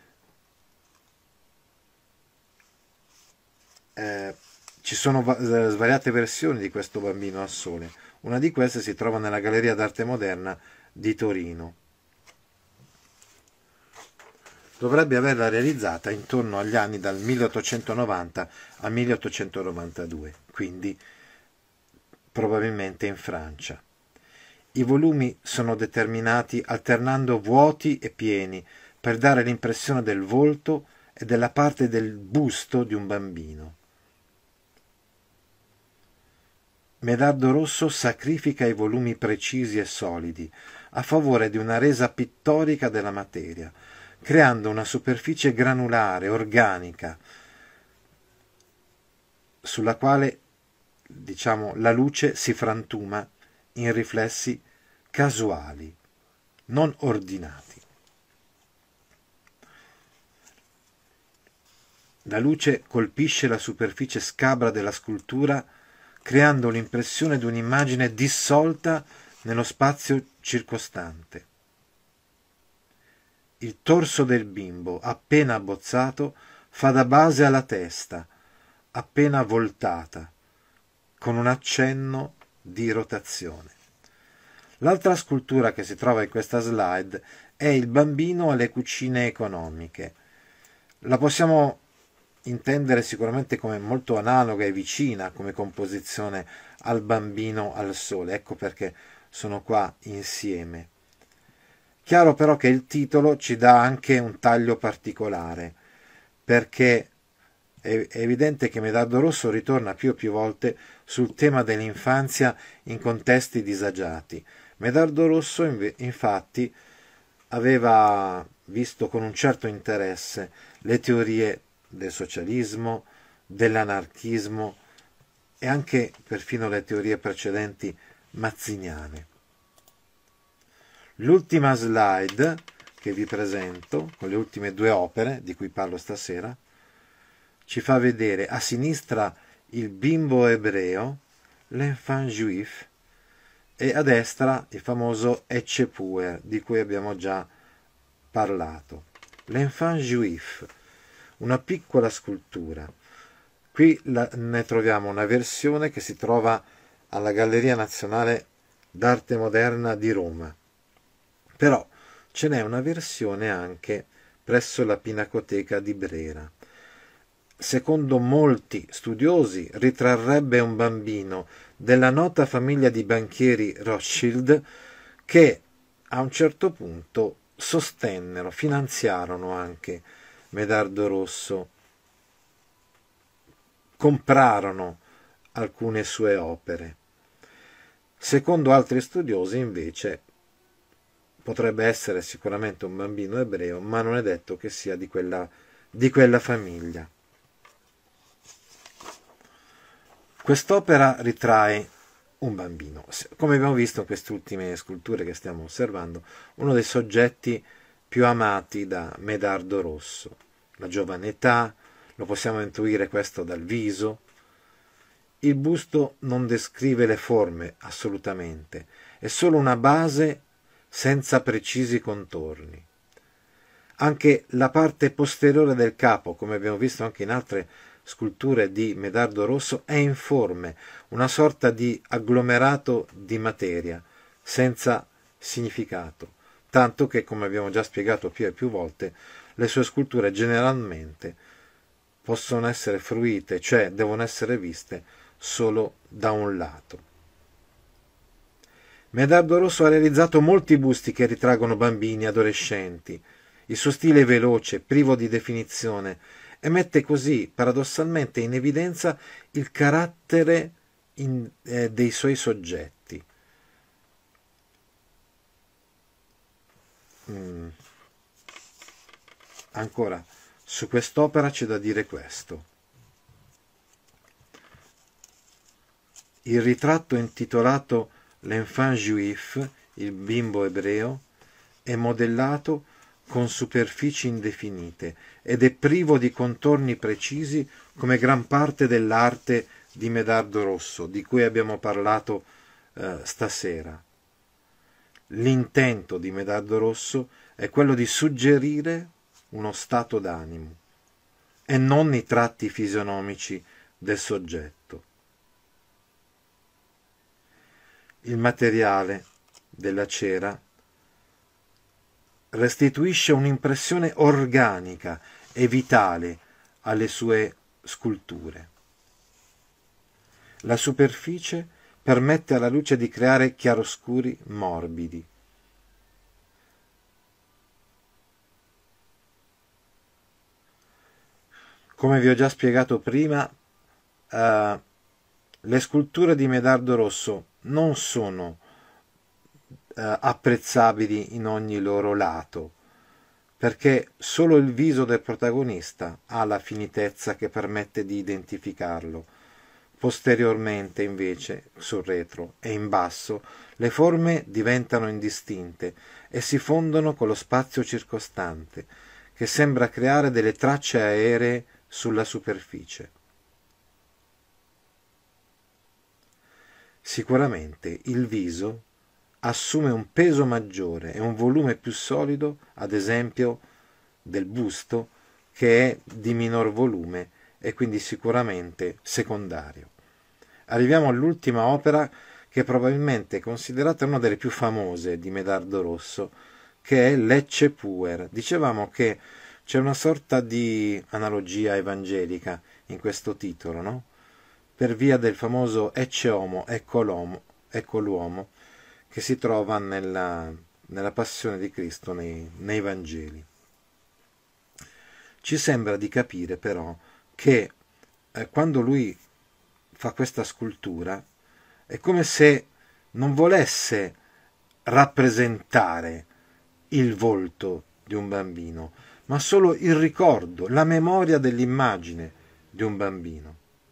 Eh, ci sono va- svariate versioni di questo bambino al sole. Una di queste si trova nella Galleria d'Arte Moderna di Torino. Dovrebbe averla realizzata intorno agli anni dal milleottocentonovanta al milleottocentonovantadue, quindi probabilmente in Francia. I volumi sono determinati alternando vuoti e pieni per dare l'impressione del volto e della parte del busto di un bambino. Medardo Rosso sacrifica i volumi precisi e solidi a favore di una resa pittorica della materia, creando una superficie granulare, organica, sulla quale, diciamo, la luce si frantuma in riflessi casuali, non ordinati. La luce colpisce la superficie scabra della scultura, creando l'impressione di un'immagine dissolta nello spazio circostante. Il torso del bimbo, appena abbozzato, fa da base alla testa, appena voltata, con un accenno di rotazione. L'altra scultura che si trova in questa slide è il bambino alle cucine economiche. La possiamo intendere sicuramente come molto analoga e vicina come composizione al bambino al sole, ecco perché sono qua insieme. Chiaro però che il titolo ci dà anche un taglio particolare, perché è evidente che Medardo Rosso ritorna più e più volte sul tema dell'infanzia in contesti disagiati. Medardo Rosso infatti aveva visto con un certo interesse le teorie del socialismo, dell'anarchismo e anche perfino le teorie precedenti mazziniane. L'ultima slide che vi presento, con le ultime due opere di cui parlo stasera, ci fa vedere a sinistra il bimbo ebreo, l'enfant juif, e a destra il famoso Ecce Puer, di cui abbiamo già parlato. L'enfant juif, una piccola scultura. Qui la, ne troviamo una versione che si trova alla Galleria Nazionale d'Arte Moderna di Roma. Però ce n'è una versione anche presso la Pinacoteca di Brera. Secondo molti studiosi ritrarrebbe un bambino della nota famiglia di banchieri Rothschild che a un certo punto sostennero, finanziarono anche Medardo Rosso, comprarono alcune sue opere. Secondo altri studiosi invece potrebbe essere sicuramente un bambino ebreo, ma non è detto che sia di quella, di quella famiglia. Quest'opera ritrae un bambino, come abbiamo visto in queste ultime sculture che stiamo osservando, uno dei soggetti più amati da Medardo Rosso. La giovane età, lo possiamo intuire questo dal viso. Il busto non descrive le forme assolutamente, è solo una base senza precisi contorni. Anche la parte posteriore del capo, come abbiamo visto anche in altre sculture di Medardo Rosso, è informe, una sorta di agglomerato di materia, senza significato, tanto che, come abbiamo già spiegato più e più volte, le sue sculture generalmente possono essere fruite, cioè devono essere viste solo da un lato. Medardo Rosso ha realizzato molti busti che ritraggono bambini, adolescenti. Il suo stile è veloce, privo di definizione, e mette così paradossalmente in evidenza il carattere in, eh, dei suoi soggetti. Mm. Ancora, su quest'opera c'è da dire questo. Il ritratto intitolato L'Enfant Juif, il bimbo ebreo, è modellato con superfici indefinite ed è privo di contorni precisi come gran parte dell'arte di Medardo Rosso, di cui abbiamo parlato eh, stasera. L'intento di Medardo Rosso è quello di suggerire uno stato d'animo e non i tratti fisionomici del soggetto. Il materiale della cera restituisce un'impressione organica e vitale alle sue sculture. La superficie permette alla luce di creare chiaroscuri morbidi. Come vi ho già spiegato prima, eh, le sculture di Medardo Rosso non sono eh, apprezzabili in ogni loro lato, perché solo il viso del protagonista ha la finitezza che permette di identificarlo. Posteriormente, invece, sul retro e in basso, le forme diventano indistinte e si fondono con lo spazio circostante, che sembra creare delle tracce aeree sulla superficie. Sicuramente il viso assume un peso maggiore e un volume più solido, ad esempio del busto, che è di minor volume e quindi sicuramente secondario. Arriviamo all'ultima opera, che probabilmente è considerata una delle più famose di Medardo Rosso, che è l'Ecce Puer. Dicevamo che c'è una sorta di analogia evangelica in questo titolo, no? Per via del famoso Ecce Homo, ecco l'uomo, ecco l'uomo, che si trova nella, nella passione di Cristo nei, nei Vangeli. Ci sembra di capire però che eh, quando lui fa questa scultura è come se non volesse rappresentare il volto di un bambino, ma solo il ricordo, la memoria dell'immagine di un bambino.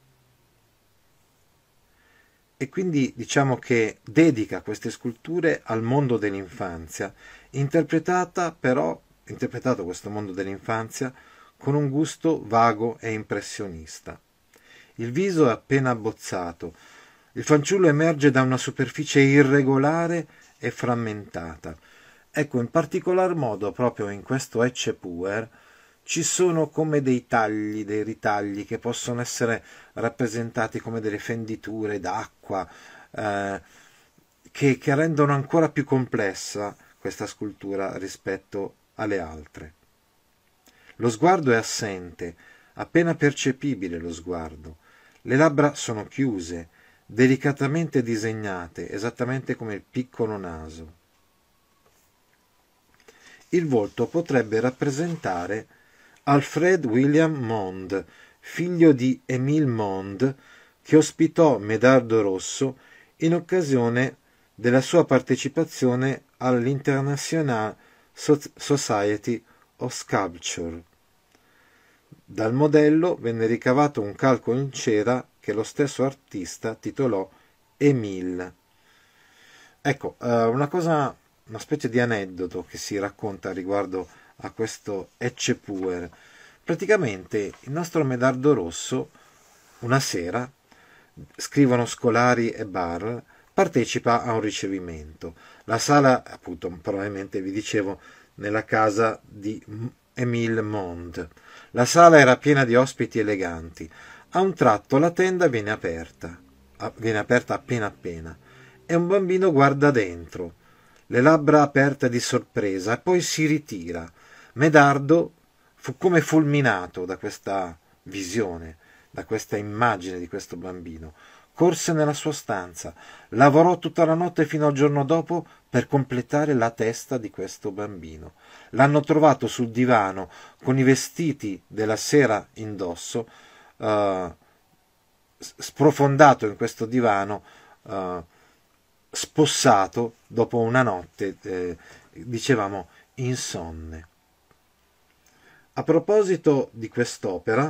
E quindi diciamo che dedica queste sculture al mondo dell'infanzia, interpretata però, interpretato questo mondo dell'infanzia con un gusto vago e impressionista. Il viso è appena abbozzato, il fanciullo emerge da una superficie irregolare e frammentata. Ecco, in particolar modo proprio in questo Ecce Puer ci sono come dei tagli, dei ritagli che possono essere rappresentati come delle fenditure d'acqua, eh, che, che rendono ancora più complessa questa scultura rispetto alle altre. Lo sguardo è assente, appena percepibile lo sguardo. Le labbra sono chiuse, delicatamente disegnate, esattamente come il piccolo naso. Il volto potrebbe rappresentare Alfred William Mond, figlio di Émile Mond, che ospitò Medardo Rosso in occasione della sua partecipazione all'International Society of Sculpture. Dal modello venne ricavato un calco in cera che lo stesso artista titolò Émile. Ecco, una cosa, una specie di aneddoto che si racconta riguardo a questo Ecce Puer. Praticamente il nostro Medardo Rosso, una sera, scrivono Scolari e Bar, partecipa a un ricevimento. La sala, appunto, probabilmente vi dicevo, nella casa di Émile Monde. La sala era piena di ospiti eleganti. A un tratto la tenda viene aperta, viene aperta appena appena, e un bambino guarda dentro, le labbra aperte di sorpresa, e poi si ritira. Medardo fu come fulminato da questa visione, da questa immagine di questo bambino. Corse nella sua stanza, lavorò tutta la notte fino al giorno dopo per completare la testa di questo bambino. L'hanno trovato sul divano con i vestiti della sera indosso, uh, sprofondato in questo divano, uh, spossato dopo una notte, eh, dicevamo, insonne. A proposito di quest'opera,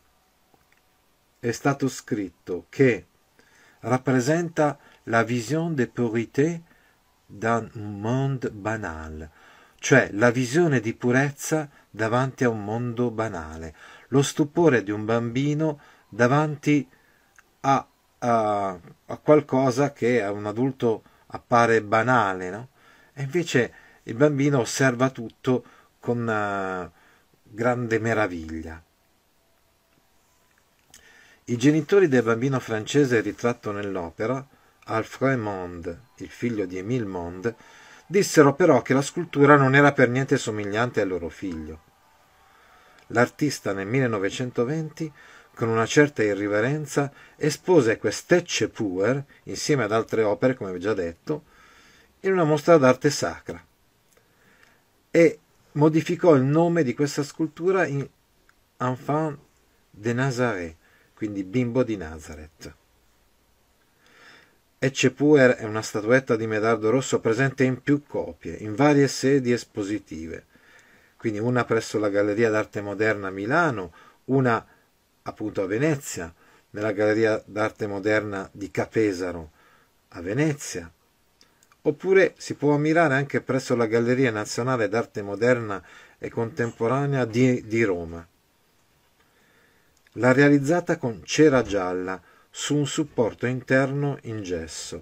è stato scritto che rappresenta la vision de pureté d'un monde banal, cioè la visione di purezza davanti a un mondo banale, lo stupore di un bambino davanti a, a, a qualcosa che a un adulto appare banale, no? E invece il bambino osserva tutto con uh, grande meraviglia. I genitori del bambino francese ritratto nell'opera, Alfred Monde, il figlio di Émile Monde, dissero però che la scultura non era per niente somigliante al loro figlio. L'artista nel millenovecentoventi, con una certa irriverenza, espose quest'Ecce Puer, insieme ad altre opere, come vi ho già detto, in una mostra d'arte sacra, e modificò il nome di questa scultura in Enfant de Nazareth, quindi Bimbo di Nazareth. Ecce Puer è una statuetta di Medardo Rosso presente in più copie, in varie sedi espositive, quindi una presso la Galleria d'Arte Moderna a Milano, una appunto a Venezia, nella Galleria d'Arte Moderna di Capesaro a Venezia, oppure si può ammirare anche presso la Galleria Nazionale d'Arte Moderna e Contemporanea di, di Roma. L'ha realizzata con cera gialla su un supporto interno in gesso.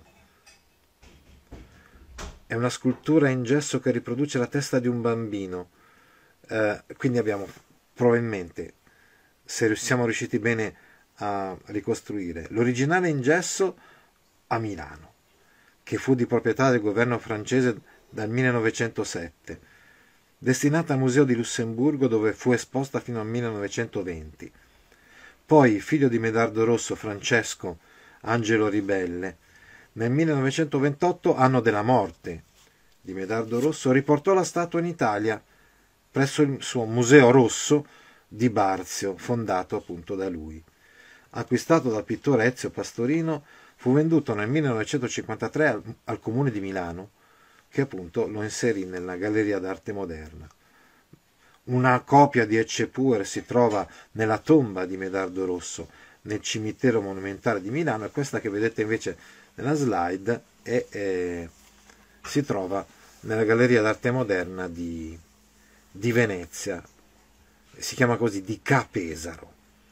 È una scultura in gesso che riproduce la testa di un bambino, eh, quindi abbiamo probabilmente, se siamo riusciti bene a ricostruire, l'originale in gesso a Milano, che fu di proprietà del governo francese dal millenovecentosette, destinata al Museo di Lussemburgo, dove fu esposta fino al millenovecentoventi. Poi, figlio di Medardo Rosso, Francesco Angelo Ribelle, nel millenovecentoventotto, anno della morte di Medardo Rosso, riportò la statua in Italia presso il suo Museo Rosso di Barzio, fondato appunto da lui. Acquistato dal pittore Ezio Pastorino, fu venduto nel millenovecentocinquantatré al, al Comune di Milano, che appunto lo inserì nella Galleria d'Arte Moderna. Una copia di Ecce Puer si trova nella tomba di Medardo Rosso nel cimitero monumentale di Milano, e questa che vedete invece nella slide è, è, si trova nella Galleria d'Arte Moderna di, di Venezia, si chiama così, di Capesaro.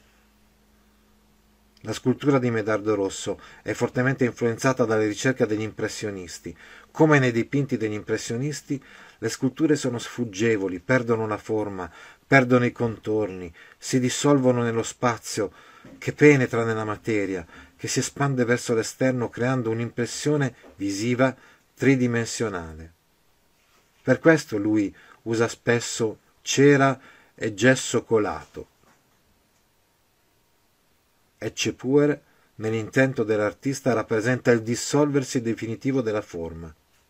La scultura di Medardo Rosso è fortemente influenzata dalle ricerche degli impressionisti. Come nei dipinti degli impressionisti, le sculture sono sfuggevoli, perdono la forma, perdono i contorni, si dissolvono nello spazio che penetra nella materia, che si espande verso l'esterno creando un'impressione visiva tridimensionale. Per questo lui usa spesso cera e gesso colato. Ecce Puer, nell'intento dell'artista, rappresenta il dissolversi definitivo della forma.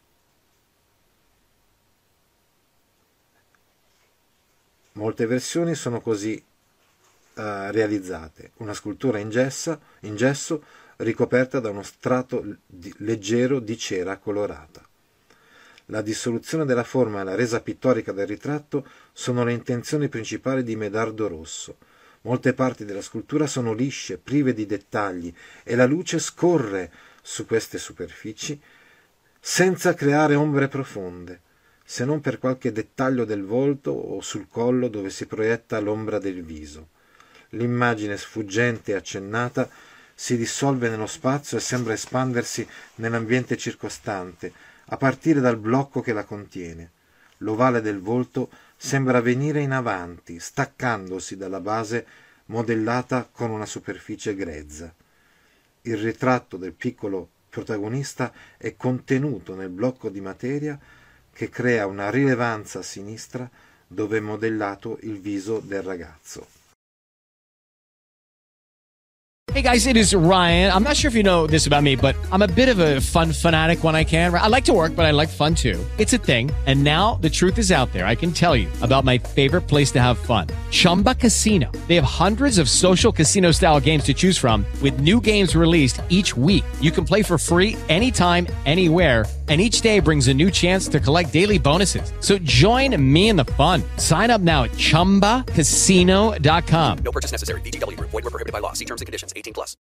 Molte versioni sono così uh, realizzate: una scultura in, gessa, in gesso ricoperta da uno strato di, leggero di cera colorata. La dissoluzione della forma e la resa pittorica del ritratto sono le intenzioni principali di Medardo Rosso. Molte parti della scultura sono lisce, prive di dettagli, e la luce scorre su queste superfici senza creare ombre profonde, se non per qualche dettaglio del volto o sul collo dove si proietta l'ombra del viso. L'immagine sfuggente e accennata si dissolve nello spazio e sembra espandersi nell'ambiente circostante, a partire dal blocco che la contiene. L'ovale del volto sembra venire in avanti, staccandosi dalla base modellata con una superficie grezza. Il ritratto del piccolo protagonista è contenuto nel blocco di materia che crea una rilevanza a sinistra dove è modellato il viso del ragazzo. Hey guys, it is Ryan. I'm not sure if you know this about me, but I'm a bit of a fun fanatic when I can. I like to work, but I like fun too. It's a thing. And now the truth is out there. I can tell you about my favorite place to have fun. Chumba Casino. They have hundreds of social casino style games to choose from with new games released each week. You can play for free anytime, anywhere. And each day brings a new chance to collect daily bonuses. So join me in the fun. Sign up now at chumba casino dot com. No purchase necessary. V G W Group. Void where prohibited by law. See terms and conditions. eighteen plus.